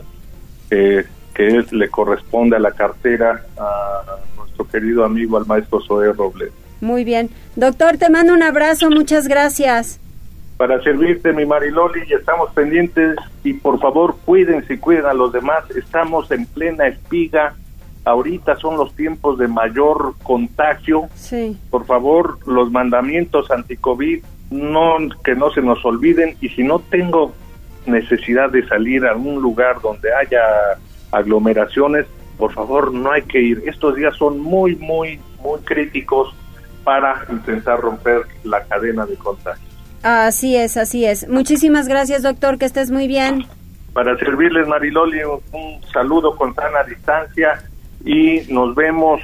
eh, que es, le corresponde a la cartera a nuestro querido amigo, al maestro Zoé Robledo. Muy bien. Doctor, te mando un abrazo, muchas gracias. Para servirte, mi Mariloli, y estamos pendientes, y por favor, cuídense y cuiden a los demás, estamos en plena espiga. Ahorita son los tiempos de mayor contagio. Sí. Por favor, los mandamientos anti-COVID, no, que no se nos olviden, y si no tengo necesidad de salir a un lugar donde haya aglomeraciones, por favor, no hay que ir. Estos días son muy, muy, muy críticos para intentar romper la cadena de contagio. Así es, así es. Muchísimas gracias, doctor, que estés muy bien. Para servirles, Mariloli, un saludo con sana distancia. Y nos vemos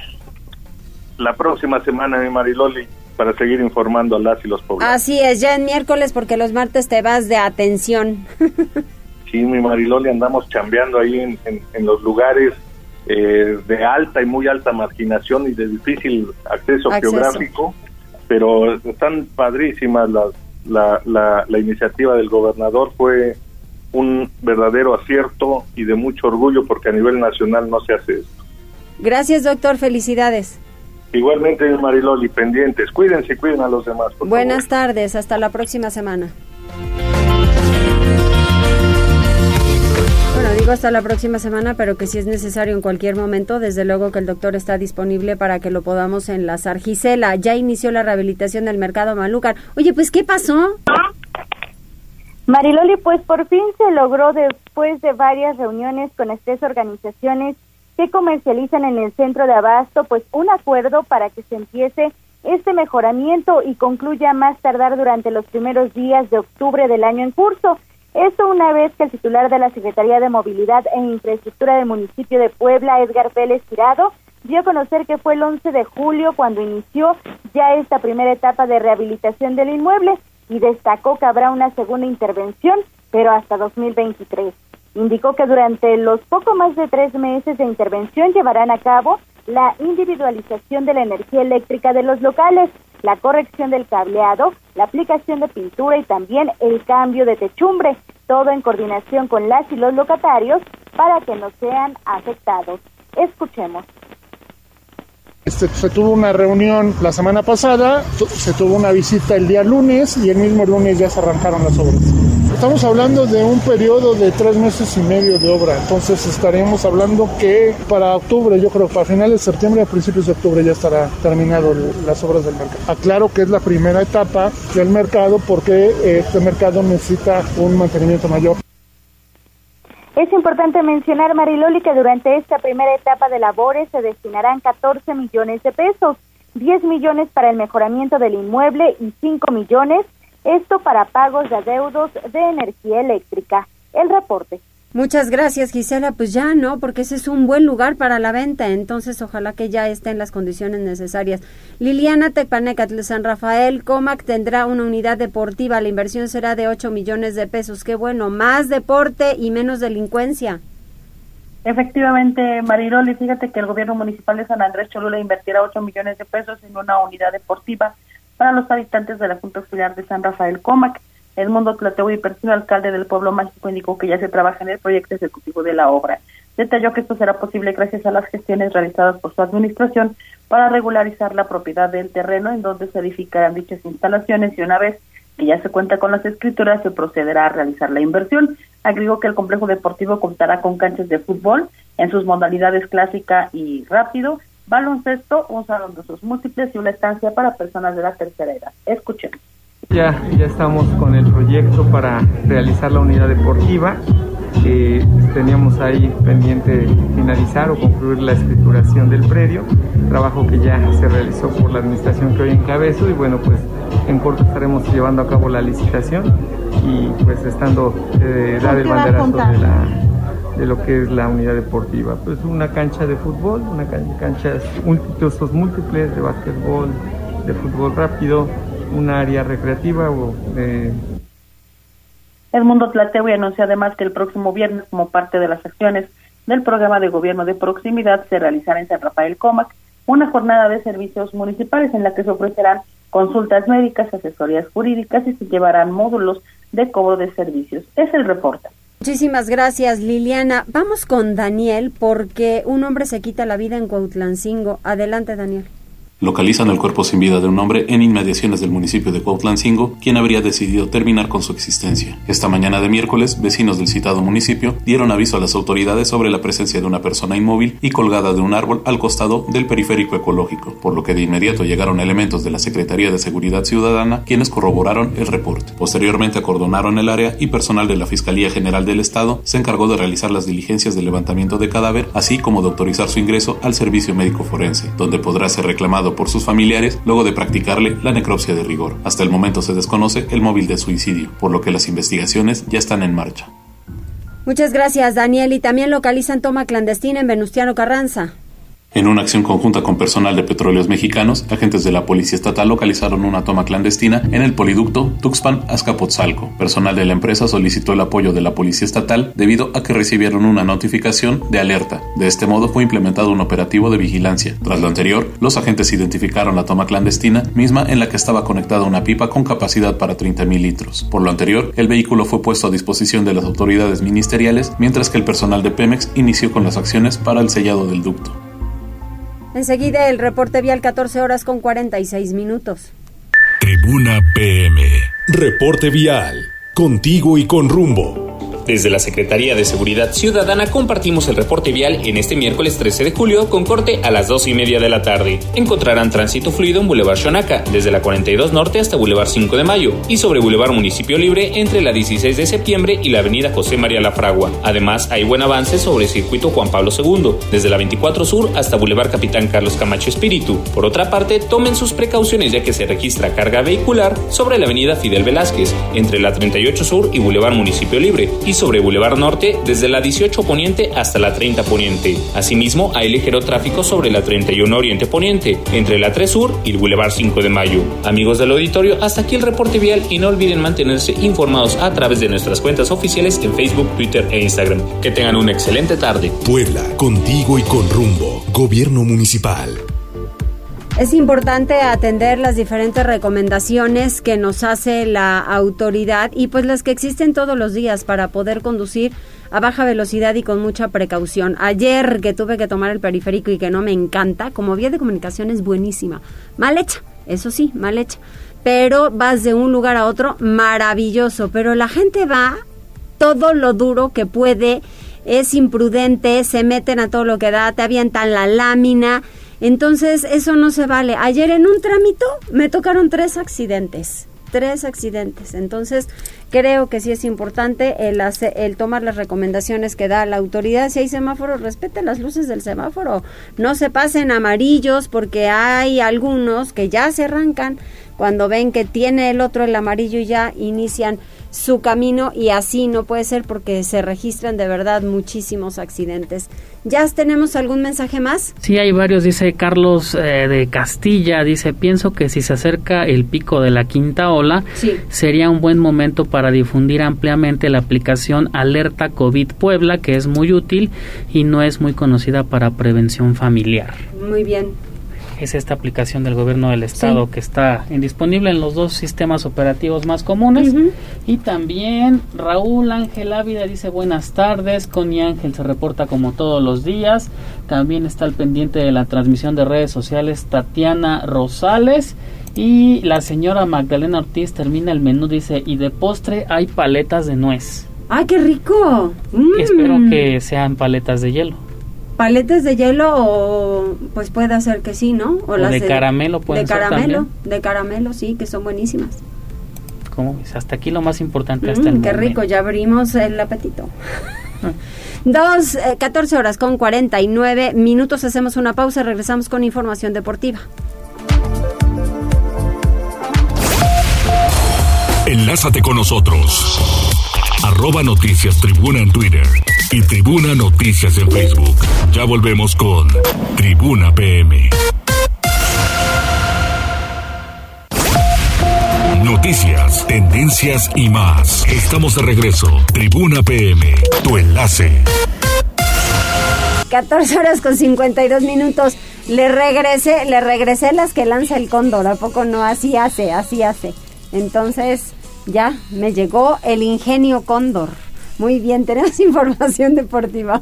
la próxima semana, mi Mariloli, para seguir informando a las y los poblados. Así es, ya en miércoles, porque los martes te vas de atención. Sí, mi Mariloli, andamos chambeando ahí en, en, en los lugares eh, de alta y muy alta marginación y de difícil acceso, acceso. geográfico, pero están padrísimas las, la, la, la iniciativa del gobernador. Fue un verdadero acierto y de mucho orgullo, porque a nivel nacional no se hace esto. Gracias, doctor, felicidades. Igualmente, Mariloli, pendientes. Cuídense y cuiden a los demás, por Buenas favor. tardes, hasta la próxima semana. Bueno, digo hasta la próxima semana, pero que si es necesario en cualquier momento, desde luego que el doctor está disponible para que lo podamos enlazar. Gisela, ya inició la rehabilitación del Mercado Malúcar. Oye, pues, ¿qué pasó? Mariloli, pues por fin se logró, después de varias reuniones con las tres organizaciones que comercializan en el centro de abasto, pues un acuerdo para que se empiece este mejoramiento y concluya más tardar durante los primeros días de octubre del año en curso. Esto una vez que el titular de la Secretaría de Movilidad e Infraestructura del municipio de Puebla, Edgar Vélez Tirado, dio a conocer que fue el once de julio cuando inició ya esta primera etapa de rehabilitación del inmueble, y destacó que habrá una segunda intervención, pero hasta dos mil veintitrés. Indicó que durante los poco más de tres meses de intervención llevarán a cabo la individualización de la energía eléctrica de los locales, la corrección del cableado, la aplicación de pintura y también el cambio de techumbre, todo en coordinación con las y los locatarios para que no sean afectados. Escuchemos. Este, se tuvo una reunión la semana pasada, se tuvo una visita el día lunes y el mismo lunes ya se arrancaron las obras. Estamos hablando de un periodo de tres meses y medio de obra, entonces estaremos hablando que para octubre, yo creo que para finales de septiembre, a principios de octubre ya estará terminado las obras del mercado. Aclaro que es la primera etapa del mercado porque este mercado necesita un mantenimiento mayor. Es importante mencionar, Mariloli, que durante esta primera etapa de labores se destinarán catorce millones de pesos, diez millones para el mejoramiento del inmueble y cinco millones, esto para pagos de adeudos de energía eléctrica. El reporte. Muchas gracias, Gisela. Pues ya no, porque ese es un buen lugar para la venta, entonces ojalá que ya esté en las condiciones necesarias. Liliana Tecpanecatl, San Rafael, Comac tendrá una unidad deportiva, la inversión será de ocho millones de pesos. Qué bueno, más deporte y menos delincuencia. Efectivamente, Mariloli, fíjate que el gobierno municipal de San Andrés Cholula invertirá ocho millones de pesos en una unidad deportiva para los habitantes de la Junta Auxiliar de San Rafael Comac. Edmundo Tlatehui, personal alcalde del pueblo mágico, indicó que ya se trabaja en el proyecto ejecutivo de la obra. Detalló que esto será posible gracias a las gestiones realizadas por su administración para regularizar la propiedad del terreno en donde se edificarán dichas instalaciones y una vez que ya se cuenta con las escrituras se procederá a realizar la inversión. Agregó que el complejo deportivo contará con canchas de fútbol en sus modalidades clásica y rápido, baloncesto, un salón de usos múltiples y una estancia para personas de la tercera edad. Escuchemos. Ya, ya estamos con el proyecto para realizar la unidad deportiva. Eh, teníamos ahí pendiente finalizar o concluir la escrituración del predio, trabajo que ya se realizó por la administración que hoy encabezo y bueno, pues en corto estaremos llevando a cabo la licitación y pues estando eh, dar el banderazo de la de lo que es la unidad deportiva, pues una cancha de fútbol, una can- canchas usos múltiples de básquetbol, de fútbol rápido, un área recreativa o de... Edmundo Tlatehui anunció además que el próximo viernes, como parte de las acciones del programa de gobierno de proximidad, se realizará en San Rafael Comac una jornada de servicios municipales en la que se ofrecerán consultas médicas, asesorías jurídicas y se llevarán módulos de cobro de servicios. Es el reporte. Muchísimas gracias, Liliana. Vamos con Daniel, porque un hombre se quita la vida en Cuautlancingo. Adelante, Daniel. Localizan el cuerpo sin vida de un hombre en inmediaciones del municipio de Cuautlancingo, quien habría decidido terminar con su existencia. Esta mañana de miércoles, vecinos del citado municipio dieron aviso a las autoridades sobre la presencia de una persona inmóvil y colgada de un árbol al costado del periférico ecológico, por lo que de inmediato llegaron elementos de la Secretaría de Seguridad Ciudadana, quienes corroboraron el reporte. Posteriormente acordonaron el área y personal de la Fiscalía General del Estado se encargó de realizar las diligencias de levantamiento de cadáver, así como de autorizar su ingreso al servicio médico forense, donde podrá ser reclamado por sus familiares luego de practicarle la necropsia de rigor. Hasta el momento se desconoce el móvil de suicidio, por lo que las investigaciones ya están en marcha. Muchas gracias, Daniel. Y también localizan toma clandestina en Venustiano Carranza. En una acción conjunta con personal de Petróleos Mexicanos, agentes de la Policía Estatal localizaron una toma clandestina en el poliducto Tuxpan-Azcapotzalco. Personal de la empresa solicitó el apoyo de la Policía Estatal debido a que recibieron una notificación de alerta. De este modo fue implementado un operativo de vigilancia. Tras lo anterior, los agentes identificaron la toma clandestina, misma en la que estaba conectada una pipa con capacidad para treinta mil litros. Por lo anterior, el vehículo fue puesto a disposición de las autoridades ministeriales, mientras que el personal de Pemex inició con las acciones para el sellado del ducto. Enseguida el reporte vial, catorce horas con cuarenta y seis minutos. Tribuna P M. Reporte vial. Contigo y con rumbo. Desde la Secretaría de Seguridad Ciudadana compartimos el reporte vial en este miércoles trece de julio con corte a las dos y media de la tarde. Encontrarán tránsito fluido en Boulevard Xonaca, desde la cuarenta y dos Norte hasta Boulevard cinco de Mayo y sobre Boulevard Municipio Libre entre la dieciséis de septiembre y la avenida José María Lafragua. Además, hay buen avance sobre el circuito Juan Pablo segundo, desde la veinticuatro Sur hasta Boulevard Capitán Carlos Camacho Espíritu. Por otra parte, tomen sus precauciones ya que se registra carga vehicular sobre la avenida Fidel Velázquez, entre la treinta y ocho Sur y Boulevard Municipio Libre, y sobre Boulevard Norte desde la dieciocho Poniente hasta la treinta Poniente. Asimismo, hay ligero tráfico sobre la treinta y uno Oriente Poniente, entre la tres Sur y el Boulevard cinco de Mayo. Amigos del auditorio, hasta aquí el reporte vial y no olviden mantenerse informados a través de nuestras cuentas oficiales en Facebook, Twitter e Instagram. Que tengan una excelente tarde. Puebla, contigo y con rumbo. Gobierno Municipal. Es importante atender las diferentes recomendaciones que nos hace la autoridad y pues las que existen todos los días para poder conducir a baja velocidad y con mucha precaución. Ayer que tuve que tomar el periférico y que no me encanta, como vía de comunicación es buenísima, mal hecha, eso sí, mal hecha, pero vas de un lugar a otro, maravilloso, pero la gente va todo lo duro que puede, es imprudente, se meten a todo lo que da, te avientan la lámina. Entonces, eso no se vale. Ayer en un trámite me tocaron tres accidentes, tres accidentes. Entonces, creo que sí es importante el, hacer, el tomar las recomendaciones que da la autoridad. Si hay semáforos, respeten las luces del semáforo, no se pasen amarillos, porque hay algunos que ya se arrancan cuando ven que tiene el otro el amarillo y ya inician su camino, y así no puede ser porque se registran de verdad muchísimos accidentes. ¿Ya tenemos algún mensaje más? Sí, hay varios. Dice Carlos eh, de Castilla, dice, pienso que si se acerca el pico de la quinta ola, sí, sería un buen momento para difundir ampliamente la aplicación Alerta COVID Puebla, que es muy útil y no es muy conocida para prevención familiar. Muy bien. Es esta aplicación del gobierno del estado, sí, que está disponible en los dos sistemas operativos más comunes. Uh-huh. Y también Raúl Ángel Ávila dice, buenas tardes, Connie Ángel se reporta como todos los días. También está al pendiente de la transmisión de redes sociales Tatiana Rosales. Y la señora Magdalena Ortiz termina el menú, dice, y de postre hay paletas de nuez. ¡Ay, qué rico! Mm. Espero que sean paletas de hielo. Paletas de hielo, o pues puede ser que sí, ¿no? O, o las de, de caramelo pueden de caramelo, ser también. De caramelo, sí, que son buenísimas. ¿Cómo ves? Hasta aquí lo más importante, mm, hasta el qué momento. Rico, ya abrimos el apetito. Dos, eh, catorce horas con cuarenta y nueve minutos, hacemos una pausa, regresamos con información deportiva. Enlázate con nosotros. Arroba Noticias Tribuna en Twitter y Tribuna Noticias en Facebook. Ya volvemos con Tribuna P M. Noticias, tendencias y más. Estamos de regreso. Tribuna P M, tu enlace. catorce horas con cincuenta y dos minutos. Le regresé, le regresé las que lanza el cóndor. ¿A poco no? Así hace, así hace. Entonces, ya me llegó el ingenio cóndor. Muy bien, tenemos información deportiva.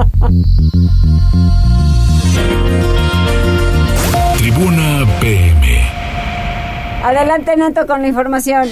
Tribuna P M. Adelante, Neto, con la información.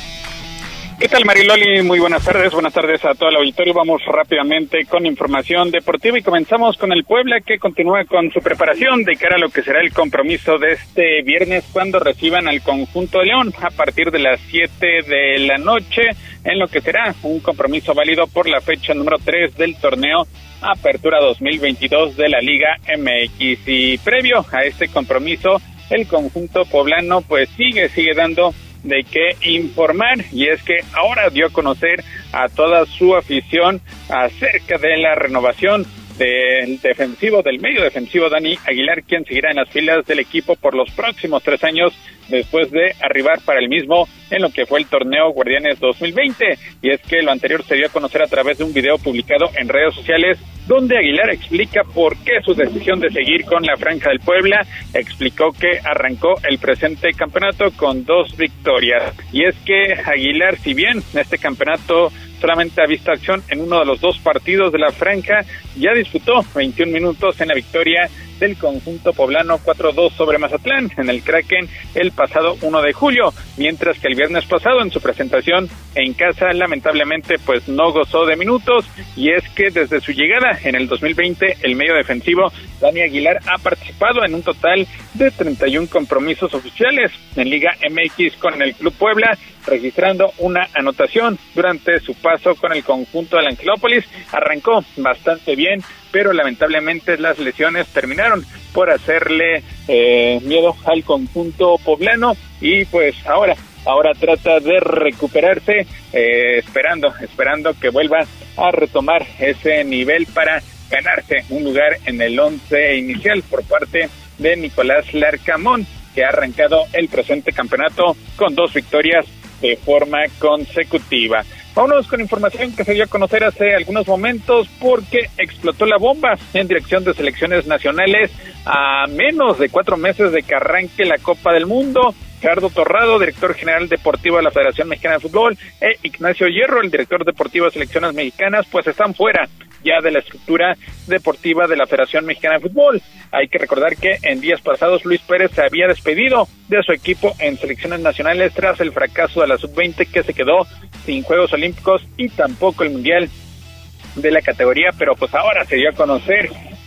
¿Qué tal, Mariloli? Muy buenas tardes, buenas tardes a todo el auditorio. Vamos rápidamente con información deportiva y comenzamos con el Puebla, que continúa con su preparación de cara a lo que será el compromiso de este viernes cuando reciban al conjunto de León a partir de las siete de la noche, en lo que será un compromiso válido por la fecha número tres del torneo Apertura dos mil veintidós de la Liga M X. Y previo a este compromiso, el conjunto poblano pues sigue, sigue dando de qué informar, y es que ahora dio a conocer a toda su afición acerca de la renovación del defensivo, del medio defensivo Dani Aguilar, quien seguirá en las filas del equipo por los próximos tres años después de arribar para el mismo en lo que fue el torneo Guardianes dos mil veinte. Y es que lo anterior se dio a conocer a través de un video publicado en redes sociales donde Aguilar explica por qué su decisión de seguir con la Franja del Puebla. Explicó que arrancó el presente campeonato con dos victorias, y es que Aguilar, si bien este campeonato solamente ha visto acción en uno de los dos partidos de la Franja, ya disputó veintiún minutos en la victoria del conjunto poblano cuatro dos sobre Mazatlán en el Kraken el pasado uno de julio, mientras que el viernes pasado en su presentación en casa lamentablemente pues no gozó de minutos. Y es que desde su llegada en el dos mil veinte el medio defensivo Dani Aguilar ha participado en un total de treinta y uno compromisos oficiales en Liga M X con el Club Puebla, registrando una anotación durante su paso con el conjunto del Angelópolis. Arrancó bastante bien, pero lamentablemente las lesiones terminaron por hacerle eh, miedo al conjunto poblano, y pues ahora ahora trata de recuperarse, eh, esperando esperando que vuelva a retomar ese nivel para ganarse un lugar en el once inicial por parte de Nicolás Larcamón, que ha arrancado el presente campeonato con dos victorias de forma consecutiva. Vámonos con información que se dio a conocer hace algunos momentos, porque explotó la bomba en dirección de selecciones nacionales a menos de cuatro meses de que arranque la Copa del Mundo. Gerardo Torrado, director general deportivo de la Federación Mexicana de Fútbol, e Ignacio Hierro, el director deportivo de selecciones mexicanas, pues están fuera ya de la estructura deportiva de la Federación Mexicana de Fútbol. Hay que recordar que en días pasados Luis Pérez se había despedido de su equipo en selecciones nacionales tras el fracaso de la sub veinte, que se quedó sin Juegos Olímpicos y tampoco el Mundial de la categoría, pero pues ahora se dio a conocer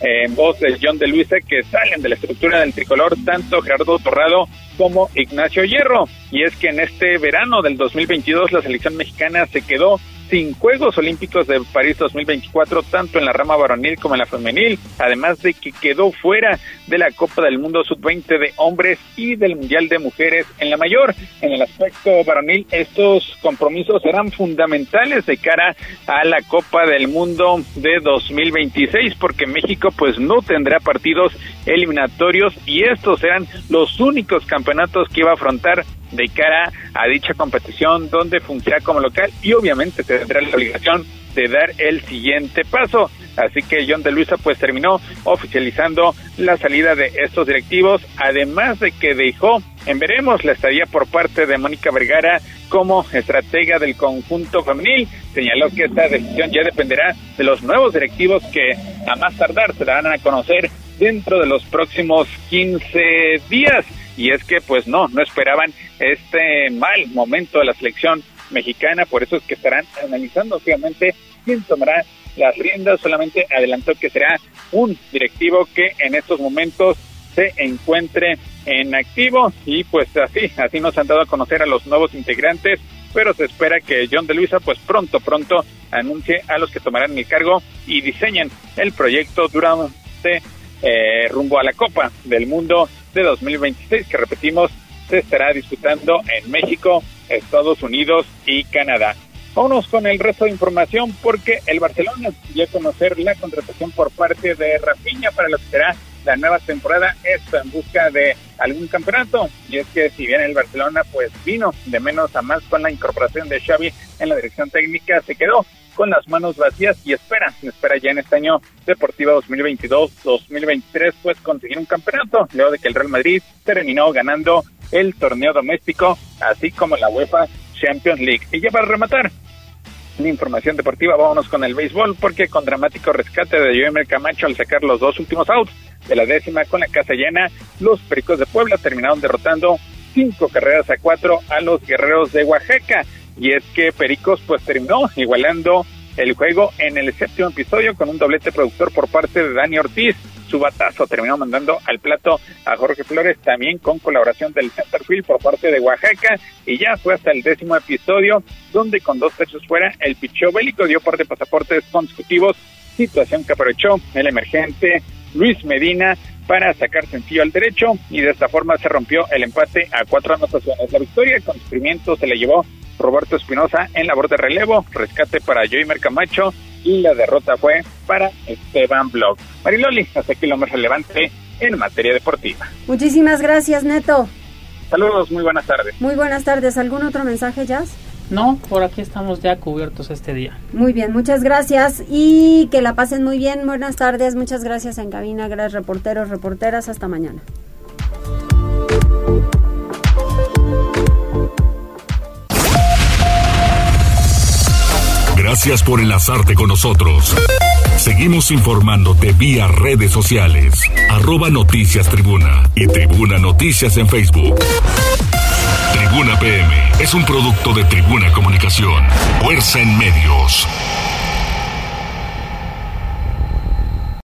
eh, en voz de John de Luisa, que salen de la estructura del tricolor tanto Gerardo Torrado como Ignacio Hierro. Y es que en este verano del dos mil veintidós la selección mexicana se quedó sin Juegos Olímpicos de París dos mil veinticuatro, tanto en la rama varonil como en la femenil, además de que quedó fuera de la Copa del Mundo sub veinte de hombres y del Mundial de Mujeres en la mayor. En el aspecto varonil, estos compromisos serán fundamentales de cara a la Copa del Mundo de dos mil veintiséis, porque México pues no tendrá partidos eliminatorios y estos serán los únicos campeonatos que iba a afrontar de cara a dicha competición, donde funcionará como local y obviamente tendrá la obligación de dar el siguiente paso. Así que John de Luisa pues terminó oficializando la salida de estos directivos, además de que dejó en veremos la estadía por parte de Mónica Vergara como estratega del conjunto femenil. Señaló que esta decisión ya dependerá de los nuevos directivos que a más tardar se darán a conocer dentro de los próximos quince días. Y es que pues no, no esperaban este mal momento de la selección mexicana, por eso es que estarán analizando obviamente quién tomará las riendas. Solamente adelantó que será un directivo que en estos momentos se encuentre en activo y pues así, así nos han dado a conocer a los nuevos integrantes, pero se espera que John de Luisa pues pronto, pronto anuncie a los que tomarán el cargo y diseñen el proyecto durante eh, rumbo a la Copa del Mundo de dos mil veintiséis, que repetimos, se estará disputando en México, Estados Unidos y Canadá. Vámonos con el resto de información, porque el Barcelona dio a conocer la contratación por parte de Rafinha para lo que será la nueva temporada, esto en busca de algún campeonato. Y es que si bien el Barcelona pues vino de menos a más con la incorporación de Xavi en la dirección técnica, se quedó con las manos vacías y espera, espera ya en este año deportivo dos mil veintidós dos mil veintitrés pues conseguir un campeonato, luego de que el Real Madrid terminó ganando el torneo doméstico, así como la UEFA Champions League. Y ya para rematar la información deportiva, vámonos con el béisbol, porque con dramático rescate de Yoimer Camacho al sacar los dos últimos outs de la décima con la casa llena, los Pericos de Puebla terminaron derrotando cinco carreras a cuatro a los Guerreros de Oaxaca. Y es que Pericos pues terminó igualando el juego en el séptimo episodio con un doblete productor por parte de Dani Ortiz. Su batazo terminó mandando al plato a Jorge Flores, también con colaboración del centerfield por parte de Oaxaca, y ya fue hasta el décimo episodio donde con dos tercios fuera el picheo bélico dio par de pasaportes consecutivos, situación que aprovechó el emergente Luis Medina para sacar sencillo al derecho, y de esta forma se rompió el empate a cuatro anotaciones. La victoria con sufrimiento se la llevó Roberto Espinosa en labor de relevo, rescate para Yoimer Camacho, y la derrota fue para Esteban Bloch. Mariloli, hasta aquí lo más relevante en materia deportiva. Muchísimas gracias, Neto. Saludos, muy buenas tardes. Muy buenas tardes. ¿Algún otro mensaje, Jazz? No, por aquí estamos ya cubiertos este día. Muy bien, muchas gracias y que la pasen muy bien. Buenas tardes, muchas gracias en cabina, gracias reporteros, reporteras, hasta mañana. Gracias por enlazarte con nosotros. Seguimos informándote vía redes sociales. Arroba Noticias Tribuna y Tribuna Noticias en Facebook. Tribuna P M es un producto de Tribuna Comunicación. Fuerza en Medios.